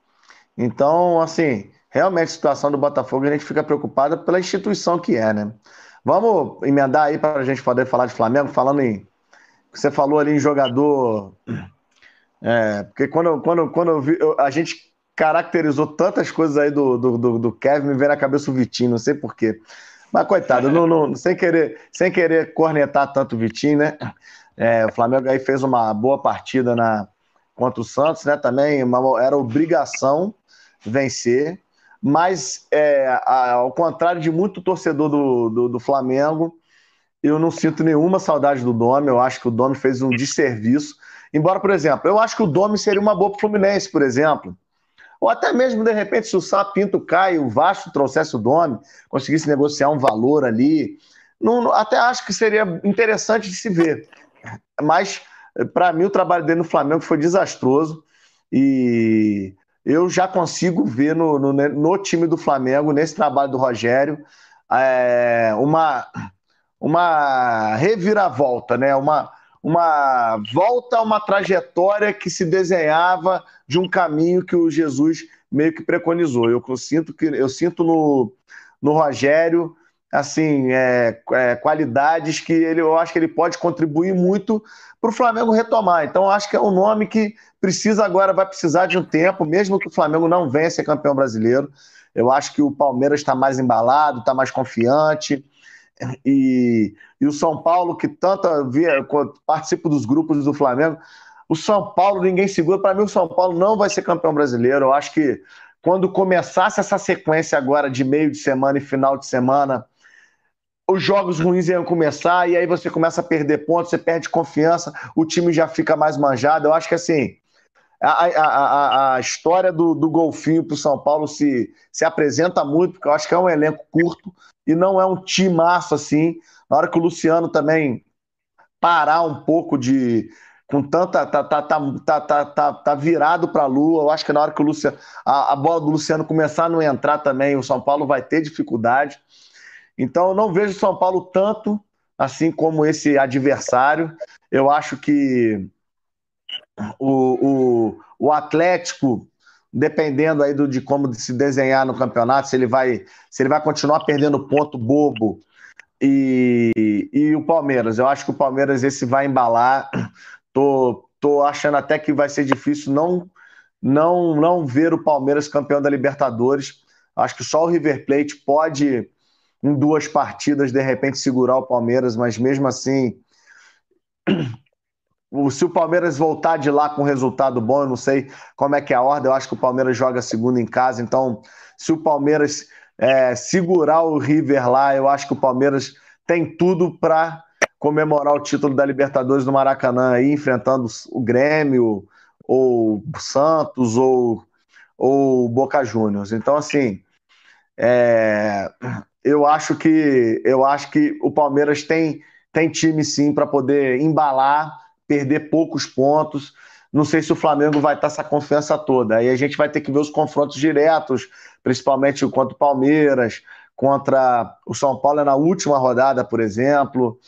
Então, assim, realmente a situação do Botafogo a gente fica preocupada pela instituição que é, né? Vamos emendar aí para a gente poder falar de Flamengo, falando em... Você falou ali em jogador... É, porque quando, quando, quando eu vi, eu, a gente caracterizou tantas coisas aí do, do, do, do Kevin, me veio na cabeça o Vitinho, não sei porquê. Mas, coitado, não, não, sem, querer, sem querer cornetar tanto o Vitinho, né? É, o Flamengo aí fez uma boa partida na, contra o Santos, né? Também uma, era obrigação vencer, mas é, a, ao contrário de muito torcedor do, do, do Flamengo, eu não sinto nenhuma saudade do Domi. Eu acho que o Domi fez um desserviço. Embora, por exemplo, eu acho que o Domi seria uma boa pro Fluminense, por exemplo. Ou até mesmo, de repente, se o Sá Pinto cai e o Vasco trouxesse o Domi, conseguisse negociar um valor ali, não, até acho que seria interessante de se ver. Mas, para mim, o trabalho dele no Flamengo foi desastroso. E eu já consigo ver no, no, no time do Flamengo, nesse trabalho do Rogério, é, uma... uma reviravolta, né? Uma, uma volta a uma trajetória que se desenhava de um caminho que o Jesus meio que preconizou. Eu, eu sinto que eu sinto no, no Rogério assim é, é, qualidades que ele, eu acho que ele pode contribuir muito para o Flamengo retomar. Então acho que é um nome que precisa agora, vai precisar de um tempo, mesmo que o Flamengo não venha ser campeão brasileiro. Eu acho que o Palmeiras está mais embalado, está mais confiante. E, e o São Paulo, que tanto via, participa dos grupos do Flamengo, o São Paulo ninguém segura. Para mim, o São Paulo não vai ser campeão brasileiro. Eu acho que quando começasse essa sequência agora de meio de semana e final de semana, os jogos ruins iam começar, e aí você começa a perder pontos, você perde confiança, o time já fica mais manjado. Eu acho que assim, a, a, a, a história do, do golfinho para o São Paulo se, se apresenta muito, porque eu acho que é um elenco curto e não é um timaço assim. Na hora que o Luciano também parar um pouco de... com tanta... tá, tá, tá, tá, tá, tá, tá virado para a lua. Eu acho que na hora que o Luciano, a, a bola do Luciano começar a não entrar também, o São Paulo vai ter dificuldade. Então eu não vejo o São Paulo tanto assim como esse adversário. Eu acho que o, o, o Atlético, dependendo aí do, de como se desenhar no campeonato, se ele vai, se ele vai continuar perdendo ponto bobo, e, e o Palmeiras, eu acho que o Palmeiras esse vai embalar. Tô, tô achando até que vai ser difícil não, não, não ver o Palmeiras campeão da Libertadores. Acho que só o River Plate pode, em duas partidas, de repente, segurar o Palmeiras, mas mesmo assim, se o Palmeiras voltar de lá com resultado bom, eu não sei como é que é a ordem, eu acho que o Palmeiras joga segunda em casa, então se o Palmeiras é, segurar o River lá, eu acho que o Palmeiras tem tudo para comemorar o título da Libertadores no Maracanã, aí, enfrentando o Grêmio, ou o Santos, ou o Boca Juniors. Então, assim, é, eu acho que eu acho que o Palmeiras tem, tem time sim para poder embalar, perder poucos pontos. Não sei se o Flamengo vai estar essa confiança toda. Aí a gente vai ter que ver os confrontos diretos, principalmente contra o Palmeiras, contra o São Paulo na última rodada, por exemplo.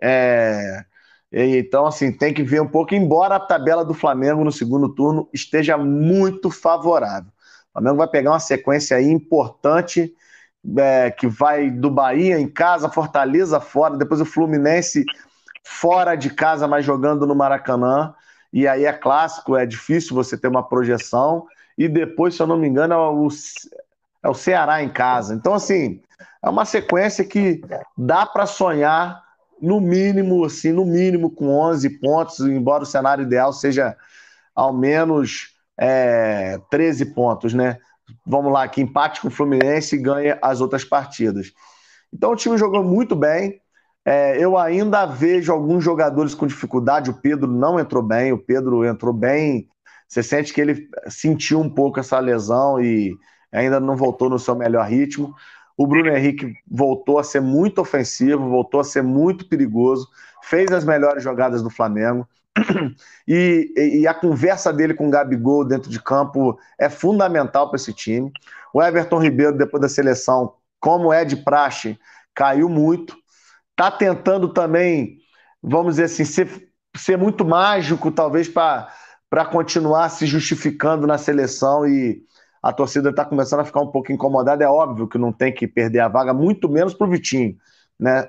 É, então, assim, tem que ver um pouco, embora a tabela do Flamengo no segundo turno esteja muito favorável. O Flamengo vai pegar uma sequência aí importante, é, que vai do Bahia em casa, Fortaleza fora, depois o Fluminense fora de casa, mas jogando no Maracanã. E aí é clássico, é difícil você ter uma projeção. E depois, se eu não me engano, é o, é o Ceará em casa. Então, assim, é uma sequência que dá para sonhar, no mínimo, assim, no mínimo com onze pontos, embora o cenário ideal seja ao menos é, treze pontos, né? Vamos lá, que empate com o Fluminense e ganha as outras partidas. Então o time jogou muito bem. É, eu ainda vejo alguns jogadores com dificuldade. O Pedro não entrou bem, o Pedro entrou bem. Você sente que ele sentiu um pouco essa lesão e ainda não voltou no seu melhor ritmo. O Bruno Henrique voltou a ser muito ofensivo, voltou a ser muito perigoso, fez as melhores jogadas do Flamengo. E, e a conversa dele com o Gabigol dentro de campo é fundamental para esse time. O Everton Ribeiro, depois da seleção, como é de praxe, caiu muito. Está tentando também, vamos dizer assim, ser, ser muito mágico, talvez, para continuar se justificando na seleção, e a torcida está começando a ficar um pouco incomodada. É óbvio que não tem que perder a vaga, muito menos para o Vitinho, né?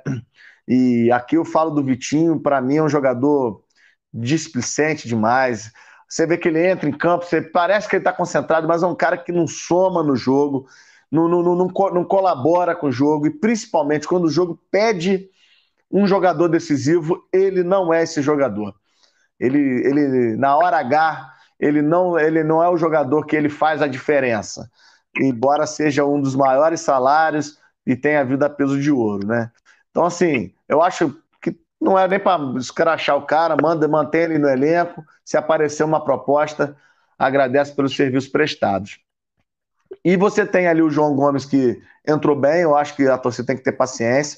E aqui eu falo do Vitinho, para mim é um jogador displicente demais. Você vê que ele entra em campo, você parece que ele está concentrado, mas é um cara que não soma no jogo, não, não, não, não colabora com o jogo, e principalmente quando o jogo pede um jogador decisivo, ele não é esse jogador. Ele, ele na hora H, ele não, ele não é o jogador que ele faz a diferença, embora seja um dos maiores salários e tenha vida a peso de ouro, né? Então, assim, eu acho que não é nem para escrachar o cara, manda, mantém ele no elenco, se aparecer uma proposta, agradece pelos serviços prestados. E você tem ali o João Gomes, que entrou bem, eu acho que a torcida tem que ter paciência.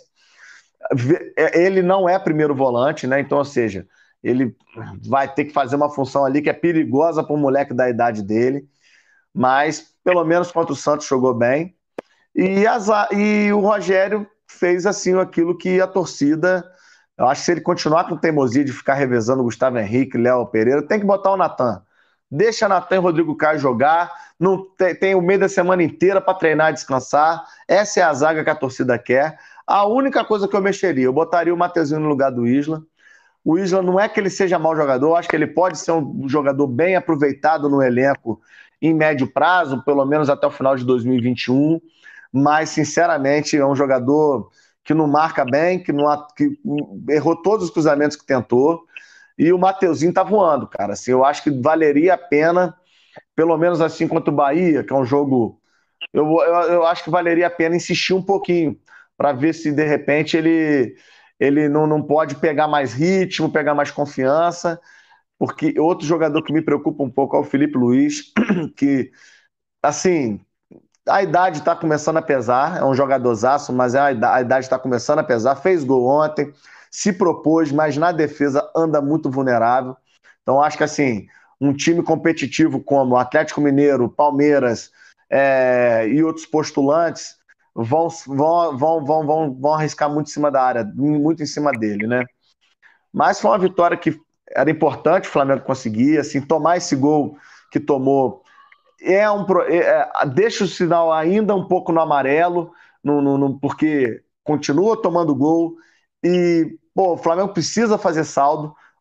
Ele não é primeiro volante, né? Então, ou seja, ele vai ter que fazer uma função ali que é perigosa para um moleque da idade dele, mas pelo menos contra o Santos jogou bem. E, as, e o Rogério fez assim aquilo que a torcida, eu acho que se ele continuar com teimosia de ficar revezando Gustavo Henrique, Léo Pereira, tem que botar o Natan. Deixa Natan e Rodrigo Caio jogar, não tem, tem o meio da semana inteira para treinar e descansar. Essa é a zaga que a torcida quer. A única coisa que eu mexeria, eu botaria o Mateuzinho no lugar do Isla. O Isla não é que ele seja mau jogador, eu acho que ele pode ser um jogador bem aproveitado no elenco em médio prazo, pelo menos até o final de dois mil e vinte e um, mas sinceramente é um jogador que não marca bem, que, não, que errou todos os cruzamentos que tentou, e o Mateuzinho tá voando, cara. Assim, eu acho que valeria a pena, pelo menos assim contra o Bahia, que é um jogo, eu, eu, eu acho que valeria a pena insistir um pouquinho, para ver se de repente ele, ele não, não pode pegar mais ritmo, pegar mais confiança, porque outro jogador que me preocupa um pouco é o Felipe Luiz, que, assim, a idade está começando a pesar, é um jogadorzaço, mas a idade está começando a pesar, fez gol ontem, se propôs, mas na defesa anda muito vulnerável. Então acho que, assim, um time competitivo como o Atlético Mineiro, Palmeiras é, e outros postulantes Vão, vão, vão, vão, vão, vão arriscar muito em cima da área, muito em cima dele, né? Mas foi uma vitória que era importante o Flamengo conseguir, assim, tomar esse gol que tomou é um, é, deixa o sinal ainda um pouco no amarelo, no, no, no, porque continua tomando gol e, pô, o Flamengo precisa fazer saldo.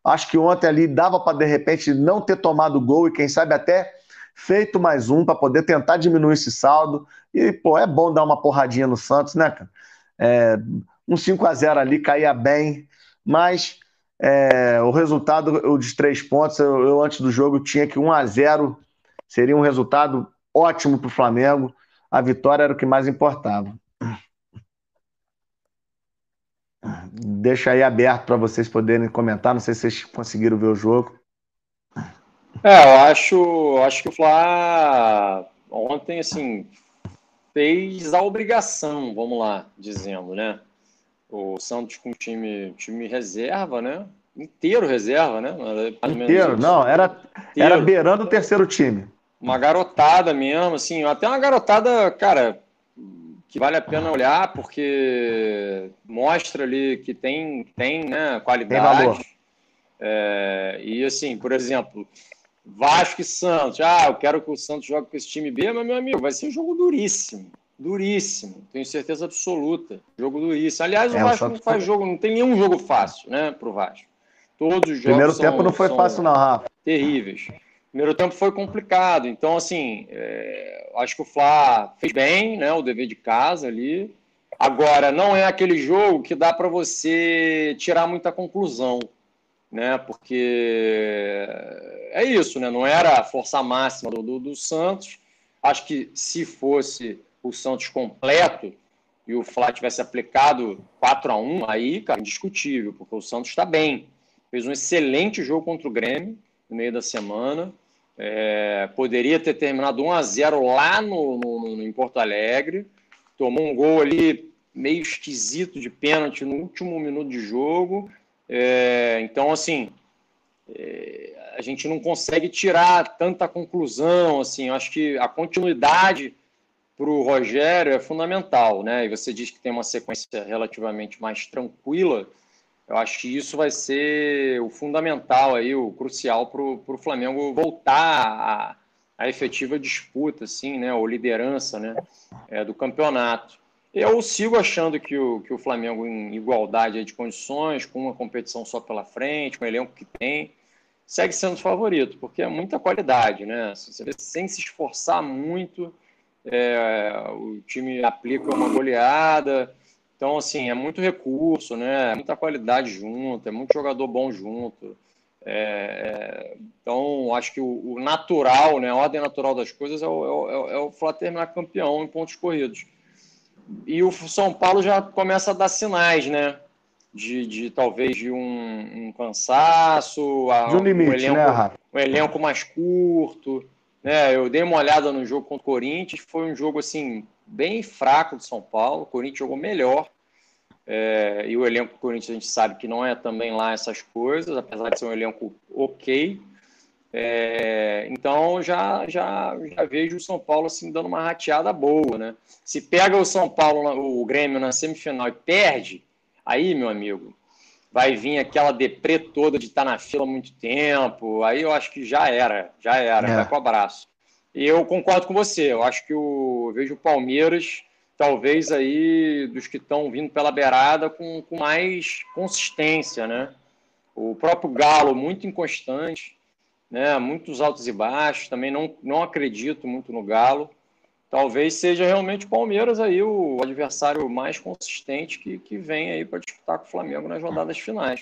Acho que ontem ali dava para, de repente, não ter tomado gol e, quem sabe, até feito mais um para poder tentar diminuir esse saldo. E, pô, é bom dar uma porradinha no Santos, né, cara? É, um cinco a zero ali caía bem, mas é, o resultado, o de três pontos, eu, eu antes do jogo tinha que um a zero seria um resultado ótimo para o Flamengo. A vitória era o que mais importava. Deixa aí aberto para vocês poderem comentar. Não sei se vocês conseguiram ver o jogo. É, eu acho, acho que o Fla ontem, assim, fez a obrigação, vamos lá, dizendo, né? O Santos com time, time reserva, né? Inteiro reserva, né? Mais ou menos Inteiro, isso. não, era, era Inteiro. beirando o terceiro time. Uma garotada mesmo, assim, até uma garotada, cara, que vale a pena olhar, porque mostra ali que tem, tem né, Tem qualidade. valor. É, e assim, por exemplo, Vasco e Santos. Ah, eu quero que o Santos jogue com esse time B, mas, meu amigo, vai ser um jogo duríssimo. Duríssimo. Tenho certeza absoluta. Jogo duríssimo. Aliás, o É, o Vasco não Santos faz foi- jogo, não tem nenhum jogo fácil, né, pro Vasco. Todos os jogos Primeiro são, tempo não foi são fácil, não, Rafa. terríveis. Primeiro tempo foi complicado. Então, assim, é, acho que o Fla fez bem, né, o dever de casa ali. Agora, não é aquele jogo que dá para você tirar muita conclusão, né? Porque é isso, né? Não era a força máxima do, do, do Santos. Acho que se fosse o Santos completo e o Fla tivesse aplicado quatro a um, aí, cara, indiscutível, porque o Santos está bem. Fez um excelente jogo contra o Grêmio no meio da semana. É, poderia ter terminado um a zero lá no, no, no, em Porto Alegre. Tomou um gol ali meio esquisito de pênalti no último minuto de jogo. É, então, assim, é, a gente não consegue tirar tanta conclusão. Assim, eu acho que a continuidade para o Rogério é fundamental, né? E você diz que tem uma sequência relativamente mais tranquila. Eu acho que isso vai ser o fundamental aí, o crucial para o Flamengo voltar à, à efetiva disputa, assim, né? Ou liderança, né? É, do campeonato. Eu sigo achando que o, que o Flamengo, em igualdade de condições, com uma competição só pela frente, com o elenco que tem, segue sendo o favorito, porque é muita qualidade, né? Sem se esforçar muito, é, o time aplica uma goleada. Então, assim, é muito recurso, né? É muita qualidade junto, é muito jogador bom junto. É, é, então, acho que o, o natural, né? A ordem natural das coisas é o, é o, é o Flamengo terminar campeão em pontos corridos. E o São Paulo já começa a dar sinais, né? De, de talvez de um, um cansaço, De um um limite, né, elenco, Rafa? um elenco mais curto, né? Eu dei uma olhada no jogo contra o Corinthians, foi um jogo assim bem fraco do São Paulo. O Corinthians jogou melhor, é, e o elenco do Corinthians a gente sabe que não é também lá essas coisas, apesar de ser um elenco ok. É, então já, já, já vejo o São Paulo assim, dando uma rateada boa, né? Se pega o São Paulo, o Grêmio na semifinal e perde, aí, meu amigo, vai vir aquela deprê toda de estar na fila há muito tempo. Aí eu acho que já era, já era, É. vai com o abraço. E eu concordo com você, eu acho que o, eu vejo o Palmeiras, talvez aí, dos que estão vindo pela beirada, com, com mais consistência, né? O próprio Galo, muito inconstante, né? Muitos altos e baixos, também não, não acredito muito no Galo. Talvez seja realmente o Palmeiras aí o adversário mais consistente que, que vem aí para disputar com o Flamengo nas rodadas finais.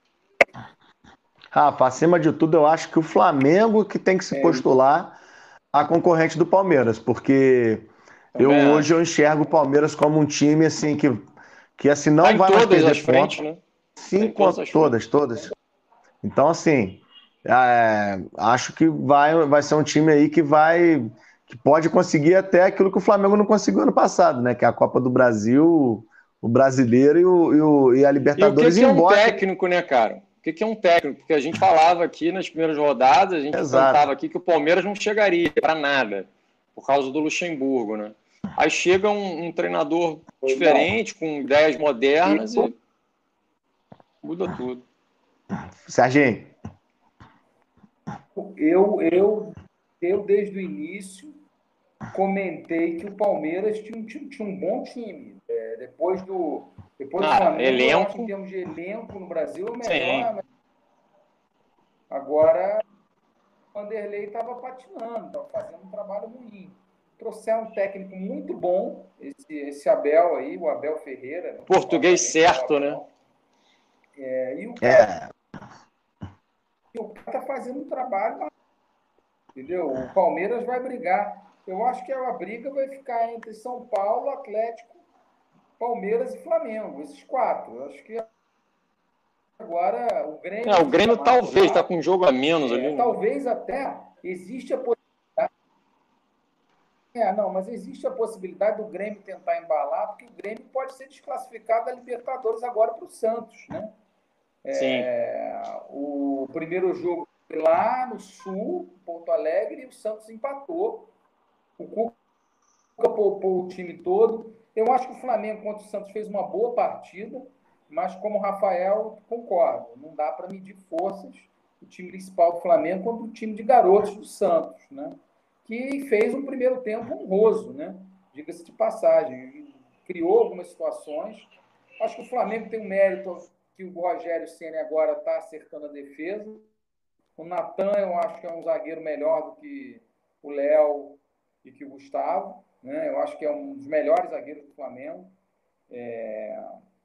Rafa, acima de tudo, eu acho que o Flamengo que tem que se postular a concorrente do Palmeiras, porque eu Também hoje eu acho. enxergo o Palmeiras como um time assim que, que assim Tá não em vai mais todas as perder frentes, ponto. né? Tá em Cinco, todas as todas, frentes. todas. Então, assim, é, acho que vai, vai ser um time aí que vai, que pode conseguir até aquilo que o Flamengo não conseguiu ano passado, né? Que é a Copa do Brasil, o Brasileiro e, o, e, o, e a E o que, Libertadores, que é um embora. técnico, né, cara? O que, que é um técnico? Porque a gente falava aqui nas primeiras rodadas, a gente Exato. cantava aqui que o Palmeiras não chegaria para nada, por causa do Luxemburgo, né? Aí chega um, um treinador diferente, com ideias modernas e muda tudo. Serginho. Eu, eu, eu, desde o início, comentei que o Palmeiras tinha um, tinha um bom time. É, depois do, depois do Ah, Flamengo, eu acho, em elenco. termos de elenco no Brasil, é o Sim. melhor. Agora, o Vanderlei estava patinando, estava fazendo um trabalho ruim. Trouxeram um técnico muito bom, esse, esse Abel aí, o Abel Ferreira. Português certo, né? É, e o cara é. está fazendo um trabalho, entendeu? O Palmeiras vai brigar. Eu acho que a briga vai ficar entre São Paulo, Atlético, Palmeiras e Flamengo, esses quatro. Eu acho que agora o Grêmio... É, o Grêmio talvez, está com um jogo a menos é, ali. Né? Talvez até existe a possibilidade... É, não, mas existe a possibilidade do Grêmio tentar embalar, porque o Grêmio pode ser desclassificado da Libertadores agora para o Santos, né? É, o primeiro jogo foi lá no Sul, Porto Alegre, e o Santos empatou. O Cuca poupou o time todo. Eu acho que o Flamengo contra o Santos fez uma boa partida, mas como o Rafael, concordo, não dá para medir forças o time principal do Flamengo contra o time de garotos do Santos, né? Que fez um primeiro tempo honroso, né? Diga-se de passagem. Criou algumas situações. Acho que o Flamengo tem um mérito que o Rogério Ceni agora está acertando a defesa. O Natan, eu acho que é um zagueiro melhor do que o Léo e que o Gustavo, né? Eu acho que é um dos melhores zagueiros do Flamengo. É...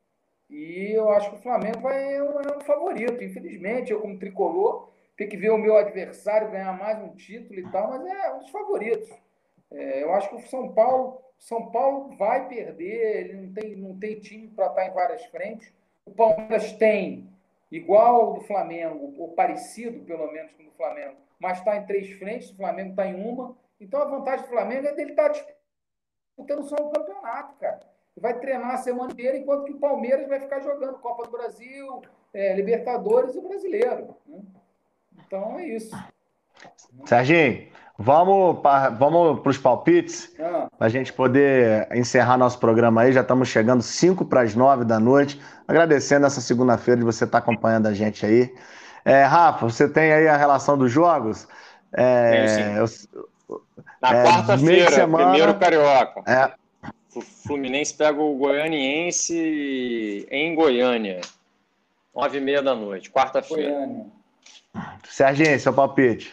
E eu acho que o Flamengo vai, é um favorito. Infelizmente, eu como tricolor, tenho que ver o meu adversário ganhar mais um título e tal, mas é um dos favoritos. É, eu acho que o São Paulo, São Paulo vai perder, ele não tem, não tem time para estar em várias frentes. O Palmeiras tem, igual do Flamengo, ou parecido pelo menos com o do Flamengo, mas está em três frentes, o Flamengo está em uma. Então a vantagem do Flamengo é dele estar disputando só o campeonato, cara. Vai treinar a semana inteira, enquanto que o Palmeiras vai ficar jogando Copa do Brasil, é, Libertadores e Brasileiro. Né? Então é isso. Serginho, vamos para vamos os palpites, Ah. para a gente poder encerrar nosso programa aí. Já estamos chegando cinco para as nove da noite. Agradecendo essa segunda-feira de você estar acompanhando a gente aí. É, Rafa, você tem aí a relação dos jogos? É, Tenho sim. Eu, Na é, quarta-feira, semana, primeiro Carioca. É. O Fluminense pega o Goianiense em Goiânia. Nove e meia da noite, quarta-feira. Goiânia. Serginho, seu palpite.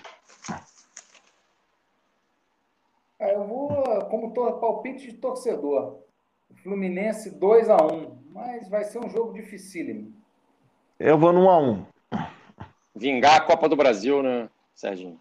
Ah, eu vou, como tor- palpite de torcedor. Fluminense dois a um, mas vai ser um jogo dificílimo. Eu vou no um a um. Vingar a Copa do Brasil, né, Serginho?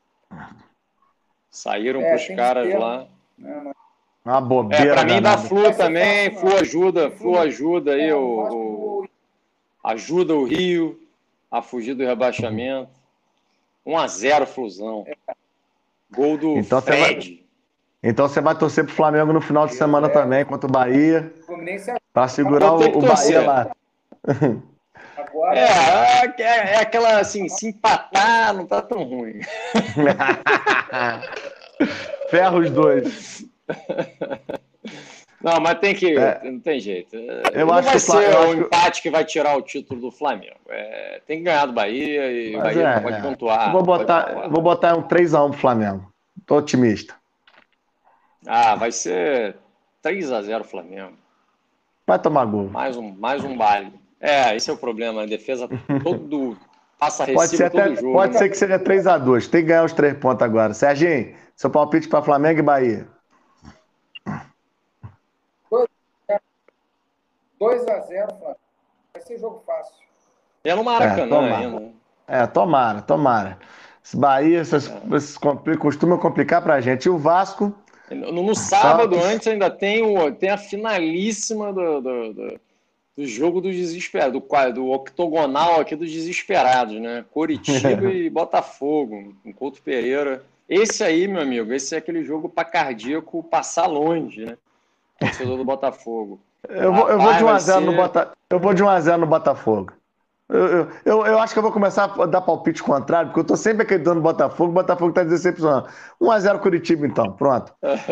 Saíram É, pros tem caras que ter, lá. né, mas Uma É, bobeira. pra mim dá danada. Flu vai ser também, fácil, Flu não. ajuda, O Flu Fluminense- ajuda aí, É, o, o Vasco o- do- ajuda o Rio a fugir do rebaixamento. um a zero Flusão. Gol do Então você vai, Fred. então você vai torcer pro Flamengo no final de semana É. também, contra o Bahia, O Fluminense é- para segurar Eu tenho o, que o Bahia torcer. lá. agora É, é, é aquela assim, se empatar não tá tão ruim. Ferra os dois. Não, mas tem que. É. Não tem jeito. Eu não acho vai que o Fla- ser eu o acho que- empate que vai tirar o título do Flamengo. É, tem que ganhar do Bahia e o Mas Bahia é, pode é. pontuar. Eu vou pode botar, pontuar. eu vou botar um três a um pro Flamengo. Tô otimista. Ah, vai ser três a zero Flamengo. Vai tomar gol. Mais um, mais um baile. É, esse é o problema. A defesa todo passa Pode ser, recibo até, todo jogo. pode né? ser que seja três a dois. Tem que ganhar os três pontos agora. Serginho, seu palpite para Flamengo e Bahia. dois a zero, Flamengo. Vai ser jogo fácil. É no É, Maracanã tomara. ainda. É, tomara, tomara. Esse Bahia, vocês, vocês compli- costumam complicar pra gente. E o Vasco, No, no sábado, Santos. antes, ainda tem, o, tem a finalíssima do, do, do, do jogo dos desesperados, do, qua- do octogonal aqui dos desesperados, né? Coritiba e Botafogo, com Couto Pereira. Esse aí, meu amigo, esse é aquele jogo para cardíaco passar longe, né? Torcedor do Botafogo. Eu vou, eu vou Rapaz, de um vai a zero no ser- Bota, eu vou de um a zero no Botafogo. Eu, eu, eu, eu acho que eu vou começar a dar palpite contrário, porque eu tô sempre acreditando no Botafogo, o Botafogo tá decepcionando. um a zero Curitiba, então, pronto.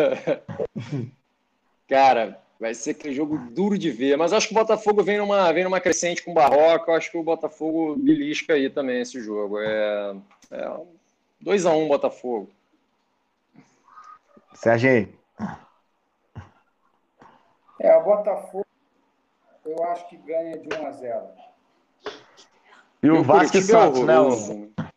Cara, vai ser aquele jogo duro de ver. Mas acho que o Botafogo vem numa, vem numa crescente com o Barroca. Eu acho que o Botafogo belisca aí também esse jogo. É, é dois a um Botafogo. Serginho. É, o Botafogo, eu acho que ganha de um a zero. E o E o Vasco e Curitiba é Santos, né? horroroso. O,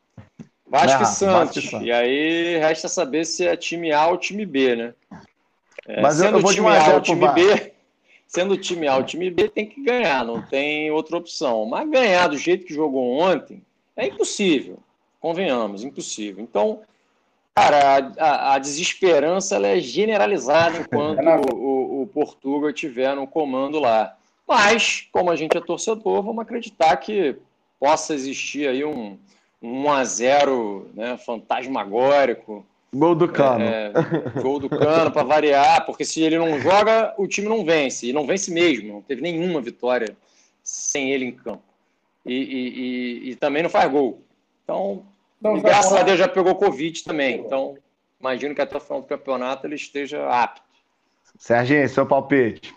Vasco É, e Santos. Vasco e Santos. E aí resta saber se é time A ou time B, né? É, Mas eu, sendo eu vou de time um a A zero ou pro time Vasco. B, sendo o time A ou time B, tem que ganhar, não tem outra opção. Mas ganhar do jeito que jogou ontem é impossível, convenhamos, impossível. Então, cara, a, a desesperança ela é generalizada enquanto É na- o, o, o Portugal estiver no comando lá. Mas, como a gente é torcedor, vamos acreditar que possa existir aí um, um um a zero, né, fantasmagórico, Gol do Cano. é, gol do Cano para variar, porque se ele não joga, o time não vence, e não vence mesmo, não teve nenhuma vitória sem ele em campo. E, e, e, e também não faz gol. Então, Então, e graças já- a Deus já pegou Covid também. Então, imagino que até o final do campeonato ele esteja apto. Serginho, seu palpite.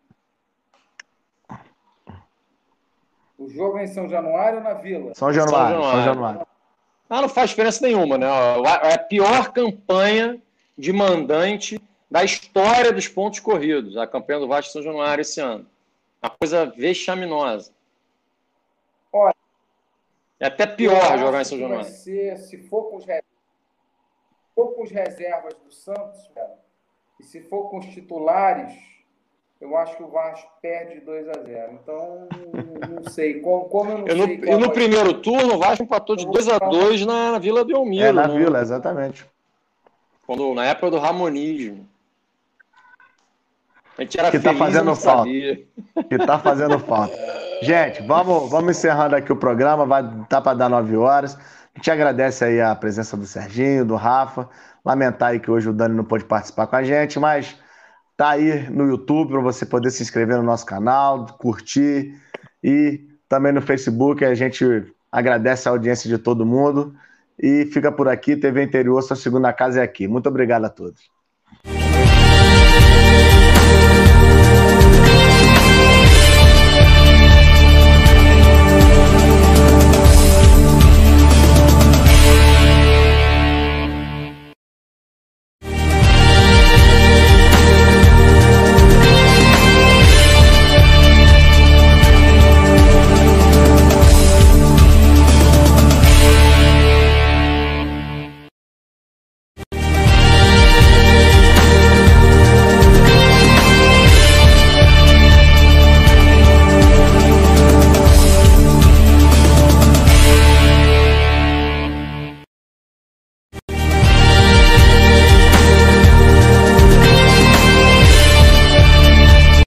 O jogo é em São Januário ou na Vila? São Januário, São São Januário. Januário. Ah, não faz diferença nenhuma, né? É a pior campanha de mandante da história dos pontos corridos, a campanha do Vasco São Januário esse ano. Uma coisa vexaminosa. Olha, é até eu pior acho jogar em São que vai Januário. ser, se for com os, re- se for com os reservas do Santos, cara, e se for com os titulares, eu acho que o Vasco perde dois a zero. Então, não sei. Como, como eu não Eu no, sei e qual no vai primeiro turno, o Vasco empatou de Eu vou dois a falar. dois na Vila Belmiro. É, na no- Vila, exatamente. quando, na época do Ramonismo. A gente era Que tá feliz e fazendo não falta. sabia. Que tá fazendo falta. Gente, vamos, vamos encerrando aqui o programa, vai tá para dar nove horas. A gente agradece aí a presença do Serginho, do Rafa. Lamentar aí que hoje o Dani não pôde participar com a gente, mas tá aí no YouTube para você poder se inscrever no nosso canal, curtir e também no Facebook. A gente agradece a audiência de todo mundo e fica por aqui. T V Interior, sua segunda casa é aqui. Muito obrigado a todos.